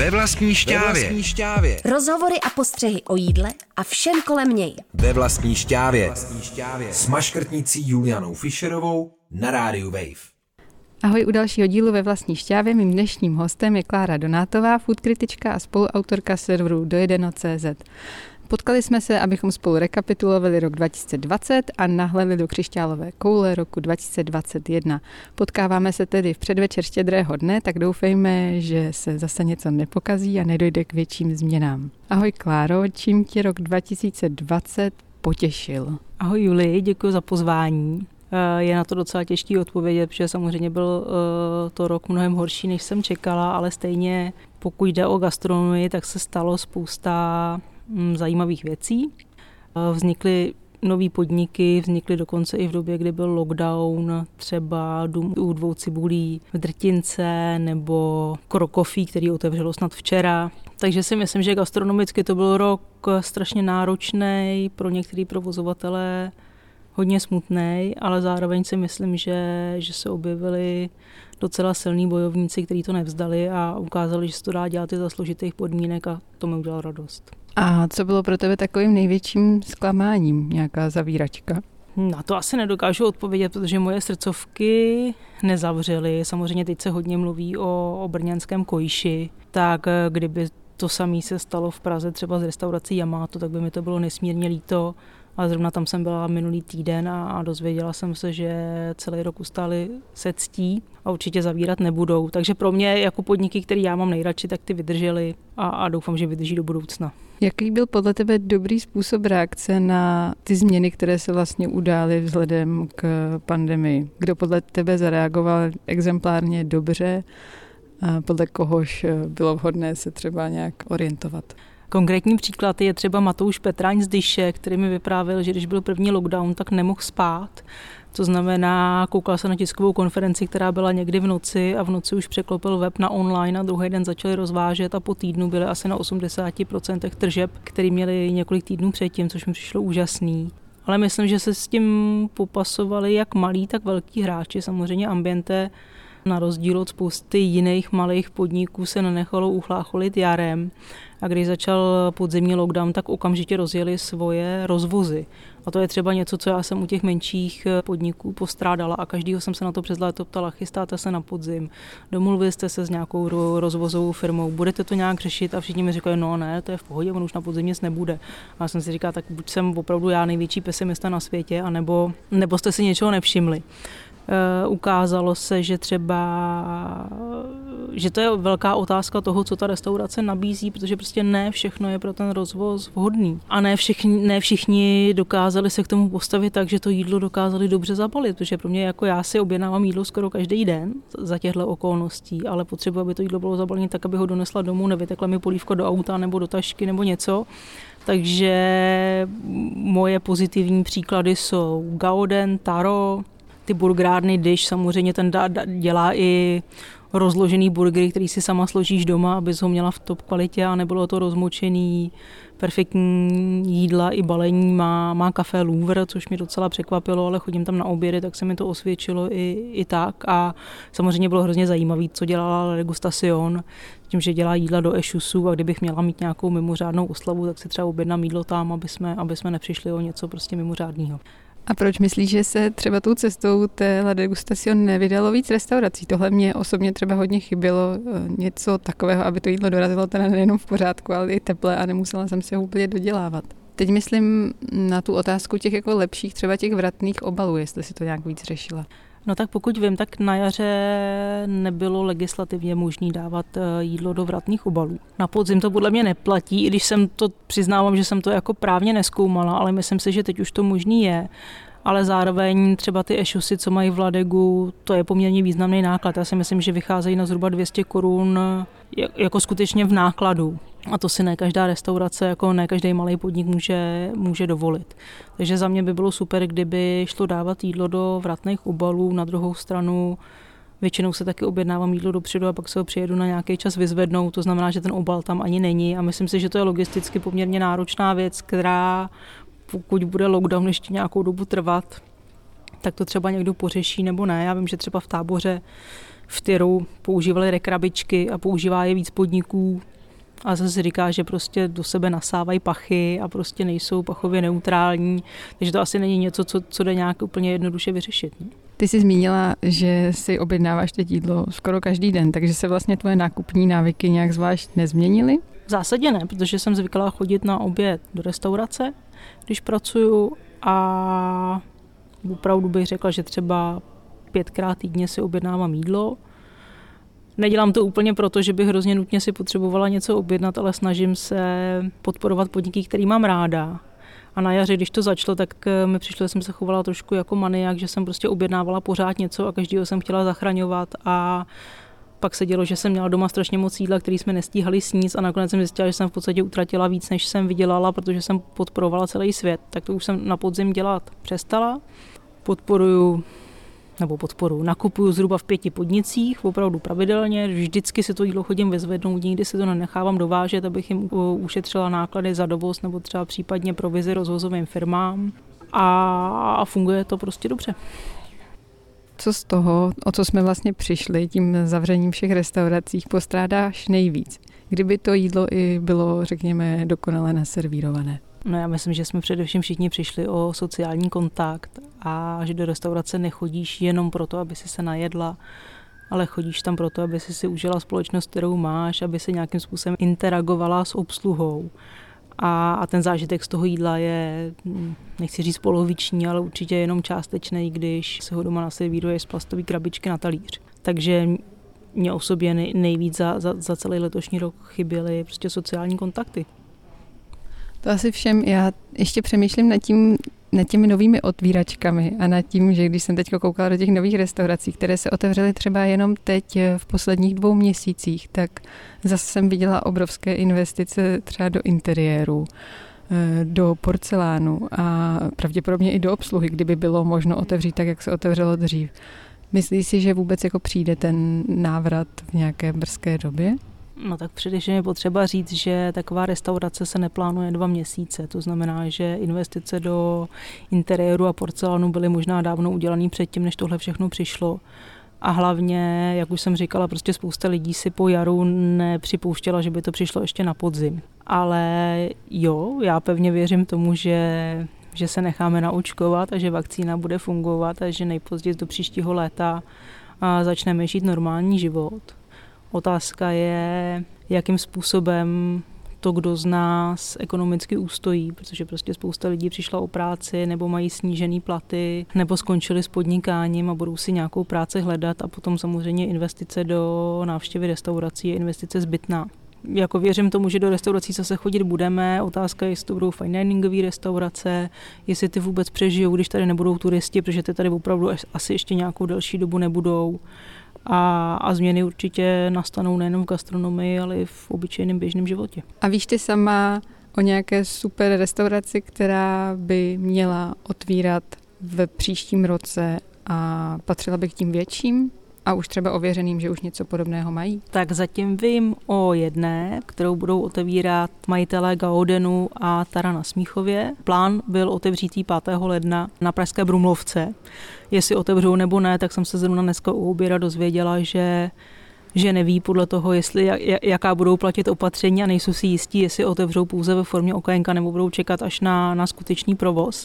Ve vlastní šťávě. Rozhovory a postřehy o jídle a všem kolem něj. Ve vlastní šťávě. S maškrtnicí Julianou Fischerovou na rádiu Wave. Ahoj u dalšího dílu Ve vlastní šťávě. Mým dnešním hostem je Klára Donátová, foodkritička a spoluautorka serveru dojedeno.cz. Potkali jsme se, abychom spolu rekapitulovali rok 2020 a nahlédli do křišťálové koule roku 2021. Potkáváme se tedy v předvečer Štědrého dne, tak doufejme, že se zase něco nepokazí a nedojde k větším změnám. Ahoj Kláro, čím tě rok 2020 potěšil? Ahoj Juli, děkuji za pozvání. Je na to docela těžký odpovědět, protože samozřejmě byl to rok mnohem horší, než jsem čekala, ale stejně pokud jde o gastronomii, tak se stalo spousta zajímavých věcí. Vznikly nový podniky, vznikly dokonce i v době, kdy byl lockdown, třeba Dům u dvou cibulí v Drtince nebo Krokofí, který otevřelo snad včera. Takže si myslím, že gastronomicky to byl rok strašně náročný, pro některé provozovatele hodně smutný, ale zároveň si myslím, že se objevili docela silní bojovníci, kteří to nevzdali a ukázali, že se to dá dělat i za složitých podmínek a to mi udělalo radost. A co bylo pro tebe takovým největším zklamáním? Nějaká zavíračka? Na to asi nedokážu odpovědět, protože moje srdcovky nezavřely. Samozřejmě teď se hodně mluví o brněnském Kojiši, tak kdyby to samé se stalo v Praze třeba z restaurací Yamato, tak by mi to bylo nesmírně líto. A zrovna tam jsem byla minulý týden a dozvěděla jsem se, že celý rok ustáli se ctí a určitě zavírat nebudou. Takže pro mě jako podniky, které já mám nejradši, tak ty vydržely a doufám, že vydrží do budoucna. Jaký byl podle tebe dobrý způsob reakce na ty změny, které se vlastně udály vzhledem k pandemii? Kdo podle tebe zareagoval exemplárně dobře a podle kohož bylo vhodné se třeba nějak orientovat? Konkrétní příklad je třeba Matouš Petráň z Dyše, který mi vyprávěl, že když byl první lockdown, tak nemohl spát. To znamená, koukal se na tiskovou konferenci, která byla někdy v noci a v noci už překlopil web na online a druhý den začali rozvážet a po týdnu byly asi na 80% tržeb, který měli několik týdnů předtím, což mi přišlo úžasný. Ale myslím, že se s tím popasovali jak malí, tak velký hráči. Samozřejmě Ambiente na rozdíl od spousty jiných malých podniků se nenechalo uchlácholit jarem a když začal podzimní lockdown, tak okamžitě rozjeli svoje rozvozy. A to je třeba něco, co já jsem u těch menších podniků postrádala a každýho jsem se na to přes léto ptala, chystáte se na podzim, domluvili jste se s nějakou rozvozovou firmou, budete to nějak řešit a všichni mi říkají, no ne, to je v pohodě, on už na podzim nic nebude. A já jsem si říkala, tak buď jsem opravdu já největší pesimista na světě, anebo jste si něčeho nevšimli. Ukázalo se, že to je velká otázka toho, co ta restaurace nabízí, protože prostě ne všechno je pro ten rozvoz vhodný. A ne všichni dokázali se k tomu postavit tak, že to jídlo dokázali dobře zabalit, protože pro mě jako já si objednávám jídlo skoro každý den za těchto okolností, ale potřebuji, aby to jídlo bylo zabalené tak, aby ho donesla domů, nevytekla mi polívka do auta nebo do tašky nebo něco. Takže moje pozitivní příklady jsou Gauden, Taro, ty burgerárny Dish, samozřejmě ten dělá i rozložený burgery, který si sama složíš doma, abys ho měla v top kvalitě a nebylo to rozmočený, perfektní jídla i balení, má Café Louvre, což mě docela překvapilo, ale chodím tam na obědy, tak se mi to osvědčilo i tak a samozřejmě bylo hrozně zajímavý, co dělala La Degustation, tím, že dělá jídla do ešusů a kdybych měla mít nějakou mimořádnou oslavu, tak si třeba objednám jídlo tam, aby jsme nepřišli o něco prostě mimořádného. A proč myslíš, že se třeba tou cestou té La Degustation nevydalo víc restaurací? Tohle mě osobně třeba hodně chybělo, něco takového, aby to jídlo dorazilo teda nejenom v pořádku, ale i teplé a nemusela jsem se ho úplně dodělávat. Teď myslím na tu otázku těch jako lepších, třeba těch vratných obalů, jestli si to nějak víc řešila. No tak pokud vím, tak na jaře nebylo legislativně možné dávat jídlo do vratných obalů. Na podzim to podle mě neplatí, i když jsem to přiznávám, že jsem to jako právně nezkoumala, ale myslím si, že teď už to možný je. Ale zároveň třeba ty ešusy, co mají v Ladegu, to je poměrně významný náklad. Já si myslím, že vycházejí na zhruba 200 korun jako skutečně v nákladu. A to si ne každá restaurace, jako ne každý malý podnik může dovolit. Takže za mě by bylo super, kdyby šlo dávat jídlo do vratných obalů. Na druhou stranu většinou se taky objednávám jídlo dopředu a pak se ho přijedu na nějaký čas vyzvednout. To znamená, že ten obal tam ani není. A myslím si, že to je logisticky poměrně náročná věc, která pokud bude lockdown ještě nějakou dobu trvat, tak to třeba někdo pořeší nebo ne. Já vím, že třeba v Táboře v Tyru používali rekrabičky a používá je víc podniků. A zase říká, že prostě do sebe nasávají pachy a prostě nejsou pachově neutrální. Takže to asi není něco, co jde nějak úplně jednoduše vyřešit. Ne? Ty jsi zmínila, že si objednáváš teď jídlo skoro každý den, takže se vlastně tvoje nákupní návyky nějak zvlášť nezměnily? V zásadě ne, protože jsem zvyklá chodit na oběd do restaurace, když pracuju, a opravdu bych řekla, že třeba 5krát týdně si objednávám jídlo. Nedělám to úplně proto, že bych hrozně nutně si potřebovala něco objednat, ale snažím se podporovat podniky, který mám ráda. A na jaře, když to začalo, tak mi přišlo, že jsem se chovala trošku jako maniak, že jsem prostě objednávala pořád něco a každýho jsem chtěla zachraňovat, a pak se dělo, že jsem měla doma strašně moc jídla, který jsme nestíhali sníst, a nakonec jsem zjistila, že jsem v podstatě utratila víc, než jsem vydělala, protože jsem podporovala celý svět. Tak to už jsem na podzim dělat přestala. Nakupuju zhruba v 5 podnicích, opravdu pravidelně, vždycky si to jídlo chodím vyzvednout, nikdy si to nenechávám dovážet, abych jim ušetřila náklady za dovoz nebo třeba případně provizi rozvozovým firmám, a funguje to prostě dobře. Co z toho, o co jsme vlastně přišli tím zavřením všech restauracích, postrádáš nejvíc? Kdyby to jídlo i bylo, řekněme, dokonale naservírované. No, já myslím, že jsme především všichni přišli o sociální kontakt a že do restaurace nechodíš jenom proto, aby si se najedla, ale chodíš tam proto, aby si užila společnost, kterou máš, aby si nějakým způsobem interagovala s obsluhou. A ten zážitek z toho jídla je, nechci říct poloviční, ale určitě jenom částečný, když se ho doma naservíruješ z plastové krabičky na talíř. Takže mě osobně nejvíc za celý letošní rok chyběly prostě sociální kontakty. To asi všem. Já ještě přemýšlím nad těmi novými otvíračkami a nad tím, že když jsem teď koukala do těch nových restaurací, které se otevřely třeba jenom teď v posledních 2 měsících, tak zase jsem viděla obrovské investice třeba do interiéru, do porcelánu a pravděpodobně i do obsluhy, kdyby bylo možno otevřít tak, jak se otevřelo dřív. Myslíš si, že vůbec jako přijde ten návrat v nějaké brzké době? No tak především je potřeba říct, že taková restaurace se neplánuje 2 měsíce. To znamená, že investice do interiéru a porcelánu byly možná dávno udělané předtím, než tohle všechno přišlo. A hlavně, jak už jsem říkala, prostě spousta lidí si po jaru nepřipouštěla, že by to přišlo ještě na podzim. Ale jo, já pevně věřím tomu, že se necháme naočkovat a že vakcína bude fungovat a že nejpozději do příštího léta začneme žít normální život. Otázka je, jakým způsobem to, kdo z nás ekonomicky ustojí, protože prostě spousta lidí přišla o práci nebo mají snížený platy nebo skončili s podnikáním a budou si nějakou práci hledat, a potom samozřejmě investice do návštěvy restaurací je investice zbytná. Jako věřím tomu, že do restaurací zase chodit budeme. Otázka je, jestli to budou fine diningové restaurace, jestli ty vůbec přežijou, když tady nebudou turisti, protože ty tady opravdu asi ještě nějakou delší dobu nebudou. A změny určitě nastanou nejen v gastronomii, ale i v obyčejném běžném životě. A víš ty sama o nějaké super restauraci, která by měla otvírat v příštím roce a patřila by k tím větším a už třeba ověřeným, že už něco podobného mají? Tak zatím vím o jedné, kterou budou otevírat majitelé Gaudenu a Tara na Smíchově. Plán byl otevřít 5. ledna na pražské Brumlovce. Jestli otevřou nebo ne, tak jsem se zrovna dneska u oběda dozvěděla, že neví podle toho, jaká budou platit opatření, a nejsou si jistí, jestli otevřou pouze ve formě okénka nebo budou čekat až na skutečný provoz.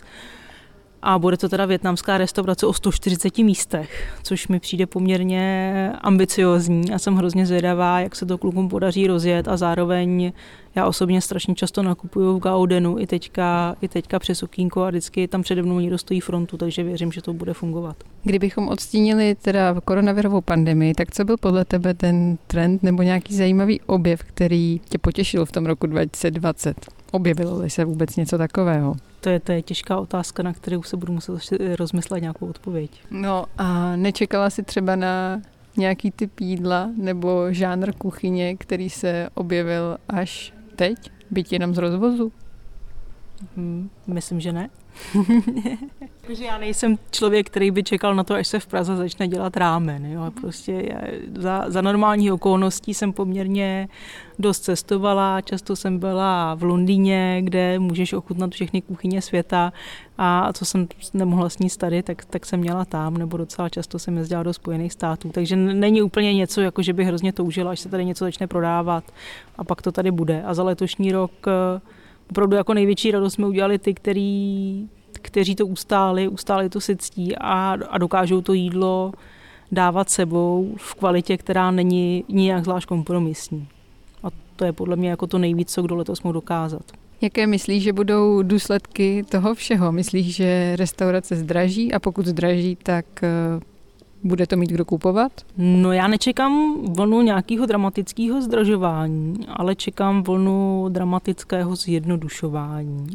A bude to teda vietnamská restaurace o 140 místech, což mi přijde poměrně ambiciózní a jsem hrozně zvědavá, jak se to klukům podaří rozjet, a zároveň já osobně strašně často nakupuju v Gaudenu i teďka přes okýnko a vždycky tam přede mnou někdo stojí frontu, takže věřím, že to bude fungovat. Kdybychom odstínili teda koronavirovou pandemii, tak co byl podle tebe ten trend nebo nějaký zajímavý objev, který tě potěšil v tom roku 2020? Objevilo-li se vůbec něco takového? To je těžká otázka, na kterou se budu muset rozmyslet nějakou odpověď. No a nečekala si třeba na nějaký typ jídla nebo žánr kuchyně, který se objevil až teď, byť jenom z rozvozu? Myslím, že ne. Takže já nejsem člověk, který by čekal na to, až se v Praze začne dělat rámen. Jo? Prostě za normálních okolností jsem poměrně dost cestovala, často jsem byla v Londýně, kde můžeš ochutnat všechny kuchyně světa a co jsem nemohla sníst tady, tak jsem měla tam, nebo docela často jsem jezdila do Spojených států. Takže není úplně něco, jako že bych hrozně toužila, až se tady něco začne prodávat a pak to tady bude. A za letošní rok opravdu jako největší radost jsme udělali ty, kteří to ustáli to se ctí a dokážou to jídlo dávat sebou v kvalitě, která není nijak zvlášť kompromisní. A to je podle mě jako to nejvíc, co kdo letos mohl dokázat. Jaké myslíš, že budou důsledky toho všeho? Myslíš, že restaurace zdraží a pokud zdraží, tak bude to mít kdo kupovat? No já nečekám vlnu nějakého dramatického zdražování, ale čekám vlnu dramatického zjednodušování.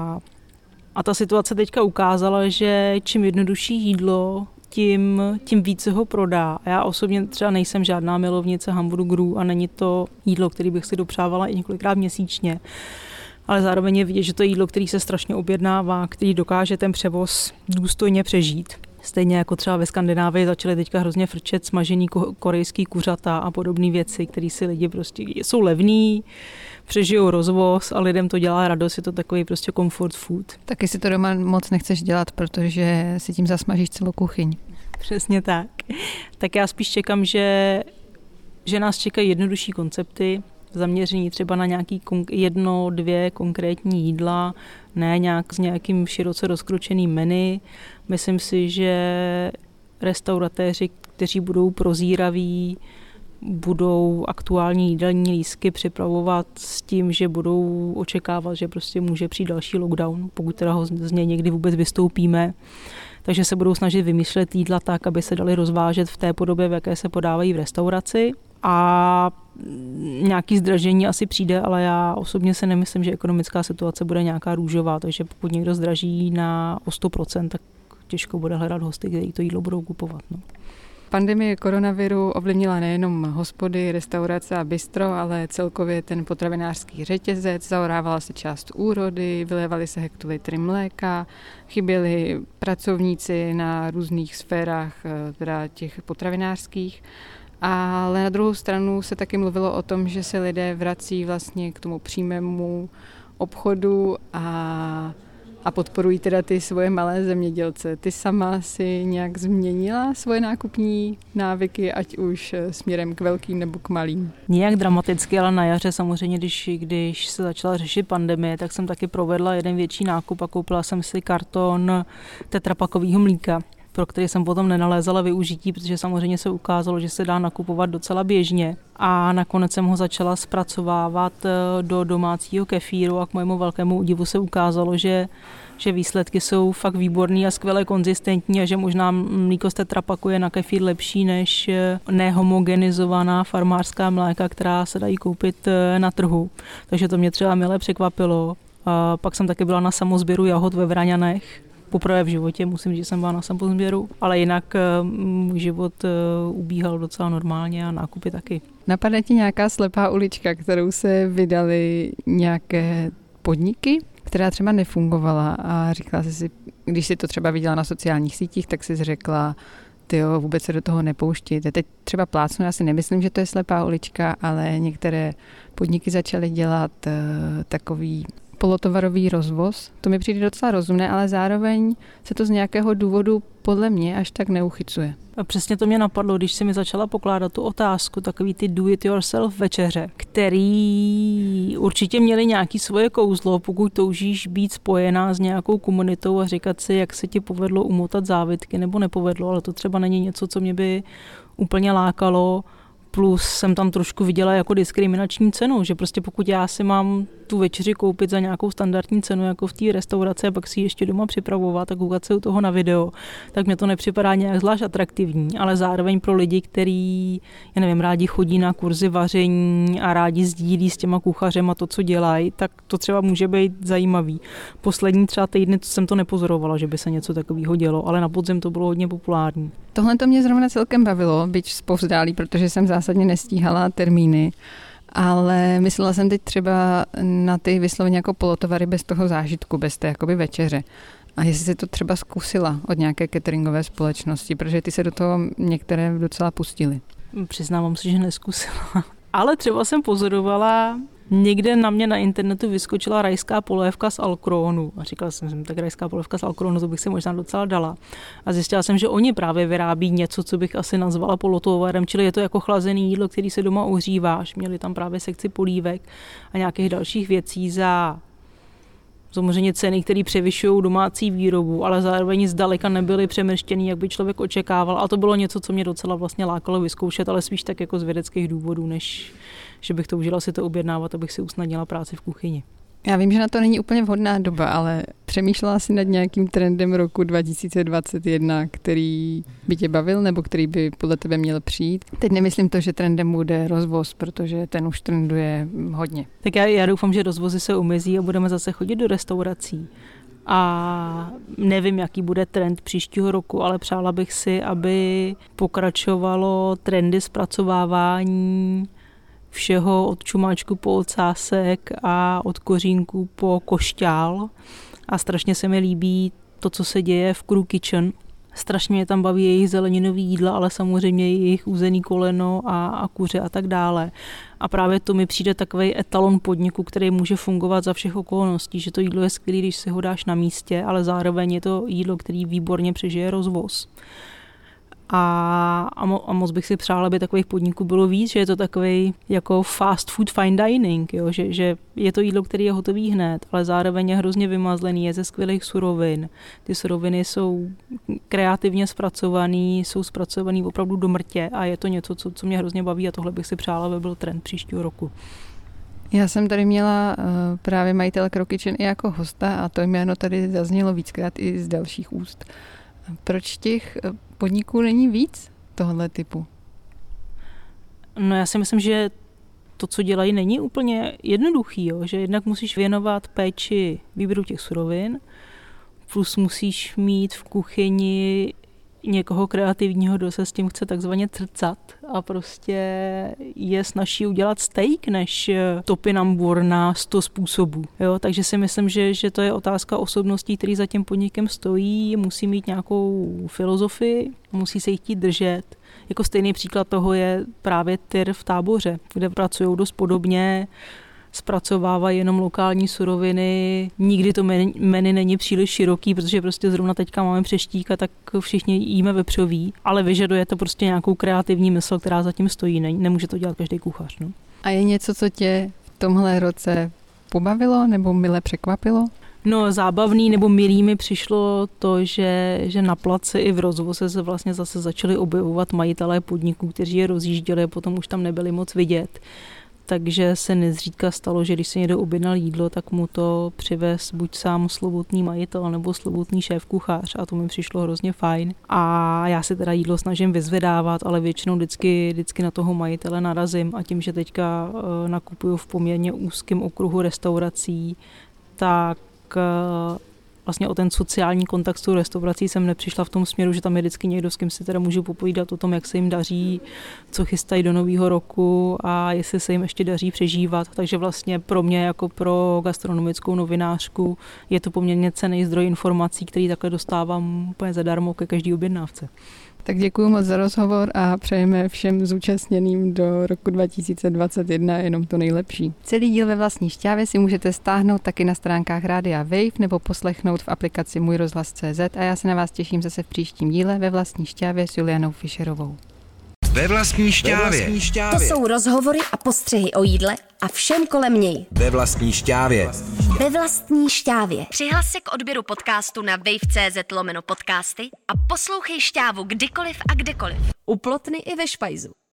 A ta situace teďka ukázala, že čím jednodušší jídlo, tím více ho prodá. A já osobně třeba nejsem žádná milovnice hamburgerů a není to jídlo, které bych si dopřávala i několikrát měsíčně. Ale zároveň je vidět, že to je jídlo, který se strašně objednává, který dokáže ten převoz důstojně přežít. Stejně jako třeba ve Skandinávii začaly teďka hrozně frčet smažený korejský kuřata a podobné věci, které si lidi prostě jsou levný, přežijou rozvoz a lidem to dělá radost, je to takový prostě comfort food. Taky si to doma moc nechceš dělat, protože si tím zasmažíš celou kuchyň. Přesně tak. Tak já spíš čekám, že nás čekají jednodušší koncepty, zaměření třeba na nějaký 1-2 konkrétní jídla, ne nějak s nějakým široce rozkročeným menu. Myslím si, že restauratéři, kteří budou prozíraví, budou aktuální jídelní lístky připravovat s tím, že budou očekávat, že prostě může přijít další lockdown, pokud teda ho z něj někdy vůbec vystoupíme. Takže se budou snažit vymýšlet jídla tak, aby se daly rozvážet v té podobě, v jaké se podávají v restauraci. A nějaký zdražení asi přijde, ale já osobně si nemyslím, že ekonomická situace bude nějaká růžová, takže pokud někdo zdraží o 100%, tak těžko bude hledat hosty, kteří to jídlo budou kupovat. No. Pandemie koronaviru ovlivnila nejenom hospody, restaurace a bistro, ale celkově ten potravinářský řetězec, zaorávala se část úrody, vylévaly se hektolitry mléka, chyběli pracovníci na různých sférách, teda těch potravinářských. Ale na druhou stranu se taky mluvilo o tom, že se lidé vrací vlastně k tomu přímému obchodu a podporují teda ty svoje malé zemědělce. Ty sama si nějak změnila svoje nákupní návyky, ať už směrem k velkým nebo k malým? Nijak dramaticky, ale na jaře samozřejmě, když se začala řešit pandemie, tak jsem taky provedla jeden větší nákup a koupila jsem si karton tetrapakového mlíka, pro který jsem potom nenalézala využití, protože samozřejmě se ukázalo, že se dá nakupovat docela běžně. A nakonec jsem ho začala zpracovávat do domácího kefíru a k mému velkému údivu se ukázalo, že výsledky jsou fakt výborný a skvěle konzistentní a že možná mlíko z tetrapaku je na kefír lepší než nehomogenizovaná farmářská mléka, která se dají koupit na trhu. Takže to mě třeba mile překvapilo. A pak jsem taky byla na samozběru jahod ve Vraňanech. Poprvé v životě, musím říct, že jsem byla na samozběru, ale jinak můj život ubíhal docela normálně a nákupy taky. Napadne ti nějaká slepá ulička, kterou se vydaly nějaké podniky, která třeba nefungovala a říkala jsi si, když si to třeba viděla na sociálních sítích, tak jsi řekla, tyjo, vůbec se do toho nepouštíte. Teď třeba plácnu, já si nemyslím, že to je slepá ulička, ale některé podniky začaly dělat takový polotovarový rozvoz. To mi přijde docela rozumné, ale zároveň se to z nějakého důvodu podle mě až tak neuchycuje. A přesně to mě napadlo, když si mi začala pokládat tu otázku, takový ty do-it-yourself večeře, který určitě měli nějaký svoje kouzlo, pokud toužíš být spojená s nějakou komunitou a říkat si, jak se ti povedlo umotat závitky nebo nepovedlo, ale to třeba není něco, co mě by úplně lákalo. Plus jsem tam trošku viděla jako diskriminační cenu, že prostě pokud já si mám tu večeři koupit za nějakou standardní cenu jako v té restauraci a pak si ji ještě doma připravovat a koukat se u toho na video, tak mě to nepřipadá nějak zvlášť atraktivní, ale zároveň pro lidi, kteří, já nevím, rádi chodí na kurzy vaření a rádi sdílí s těma kuchařema to, co dělají, tak to třeba může být zajímavý. Poslední třeba týdny jsem to nepozorovala, že by se něco takového dělo, ale na podzim to bylo hodně populární. Tohle to mě zrovna celkem bavilo, byť zpovzdálí, protože jsem zásadně nestíhala termíny, ale myslela jsem teď třeba na ty vysloveně jako polotovary bez toho zážitku, bez té jakoby večeře. A jestli jsi to třeba zkusila od nějaké cateringové společnosti, protože ty se do toho některé docela pustily. Přiznávám se, že neskusila. Ale třeba jsem pozorovala, někde na mě na internetu vyskočila rajská polévka z Alkronu. A říkala jsem, tak rajská polévka z Alkronu, to bych si možná docela dala. A zjistila jsem, že oni právě vyrábí něco, co bych asi nazvala polotovarem, čili je to jako chlazený jídlo, který se doma ohříváš. Měli tam právě sekci polívek a nějakých dalších věcí za samozřejmě ceny, které převyšují domácí výrobu, ale zároveň zdaleka nebyly přemrštěný, jak by člověk očekával. A to bylo něco, co mě docela vlastně lákalo vyzkoušet, ale spíš tak jako z vědeckých důvodů, než že bych toužila si to objednávat, abych si usnadnila práci v kuchyni. Já vím, že na to není úplně vhodná doba, ale přemýšlela jsi nad nějakým trendem roku 2021, který by tě bavil nebo který by podle tebe měl přijít? Teď nemyslím to, že trendem bude rozvoz, protože ten už trenduje hodně. Tak já doufám, že rozvozy se omezí a budeme zase chodit do restaurací. A nevím, jaký bude trend příštího roku, ale přála bych si, aby pokračovalo trendy zpracovávání všeho od čumáčku po ocásek a od kořínků po košťál. A strašně se mi líbí to, co se děje v Crew Kitchen. Strašně mě tam baví jejich zeleninový jídla, ale samozřejmě i jejich uzený koleno a kuře a tak dále. A právě to mi přijde takovej etalon podniku, který může fungovat za všech okolností, že to jídlo je skvělé, když si ho dáš na místě, ale zároveň je to jídlo, který výborně přežije rozvoz. A moc bych si přála, aby takových podniků bylo víc, že je to takový jako fast food fine dining, jo? Že je to jídlo, které je hotový hned, ale zároveň je hrozně vymazlený, je ze skvělých surovin. Ty suroviny jsou kreativně zpracovaný, jsou zpracovaný opravdu do mrtě a je to něco, co mě hrozně baví a tohle bych si přála, aby byl trend příštího roku. Já jsem tady měla právě majitele Crew Kitchen i jako hosta a to jméno tady zaznělo víckrát i z dalších úst. Proč těch podniků není víc tohohle typu? No já si myslím, že to, co dělají, není úplně jednoduchý, jo? Že jednak musíš věnovat péči výběru těch surovin, plus musíš mít v kuchyni někoho kreativního, kdo se s tím chce takzvaně trcat a prostě je snazší udělat steak, než topinambur na 100 způsobů. Jo? Takže si myslím, že to je otázka osobností, který za tím podnikem stojí, musí mít nějakou filozofii, musí se jí chtít držet. Jako stejný příklad toho je právě Tyr v Táboře, kde pracují dost podobně, zpracovávají jenom lokální suroviny, nikdy to menu není příliš široký, protože prostě zrovna teďka máme přeštík a tak všichni jíme vepřový, ale vyžaduje to prostě nějakou kreativní mysl, která zatím stojí, nemůže to dělat každý kuchař. No. A je něco, co tě v tomhle roce pobavilo nebo mile překvapilo? No zábavný nebo milý mi přišlo to, že na place i v rozvoze se vlastně zase začali objevovat majitelé podniků, kteří je rozjížděli a potom už tam nebyli moc vidět. Takže se nezřídka stalo, že když se někdo objednal jídlo, tak mu to přivez buď sám slovutný majitel nebo slovutný šéf kuchař a to mi přišlo hrozně fajn. A já se teda jídlo snažím vyzvedávat, ale většinou vždycky na toho majitele narazím a tím, že teďka nakupuju v poměrně úzkém okruhu restaurací, tak vlastně o ten sociální kontakt s tou restaurací jsem nepřišla v tom směru, že tam je vždycky někdo, s kým si teda můžu popovídat o tom, jak se jim daří, co chystají do nového roku a jestli se jim ještě daří přežívat. Takže vlastně pro mě jako pro gastronomickou novinářku je to poměrně cenný zdroj informací, který takhle dostávám úplně zadarmo ke každý objednávce. Tak děkuji moc za rozhovor a přejeme všem zúčastněným do roku 2021 jenom to nejlepší. Celý díl Ve vlastní šťávě si můžete stáhnout taky na stránkách Rádia Wave nebo poslechnout v aplikaci Můj rozhlas.cz a já se na vás těším zase v příštím díle Ve vlastní šťávě s Julianou Fischerovou. Ve vlastní šťávě. To jsou rozhovory a postřehy o jídle a všem kolem něj. Ve vlastní šťávě. Ve vlastní šťávě. Přihlas se k odběru podcastu na wave.cz/podcasty a poslouchej šťávu kdykoliv a kdekoliv. U Plotny i ve Špajzu.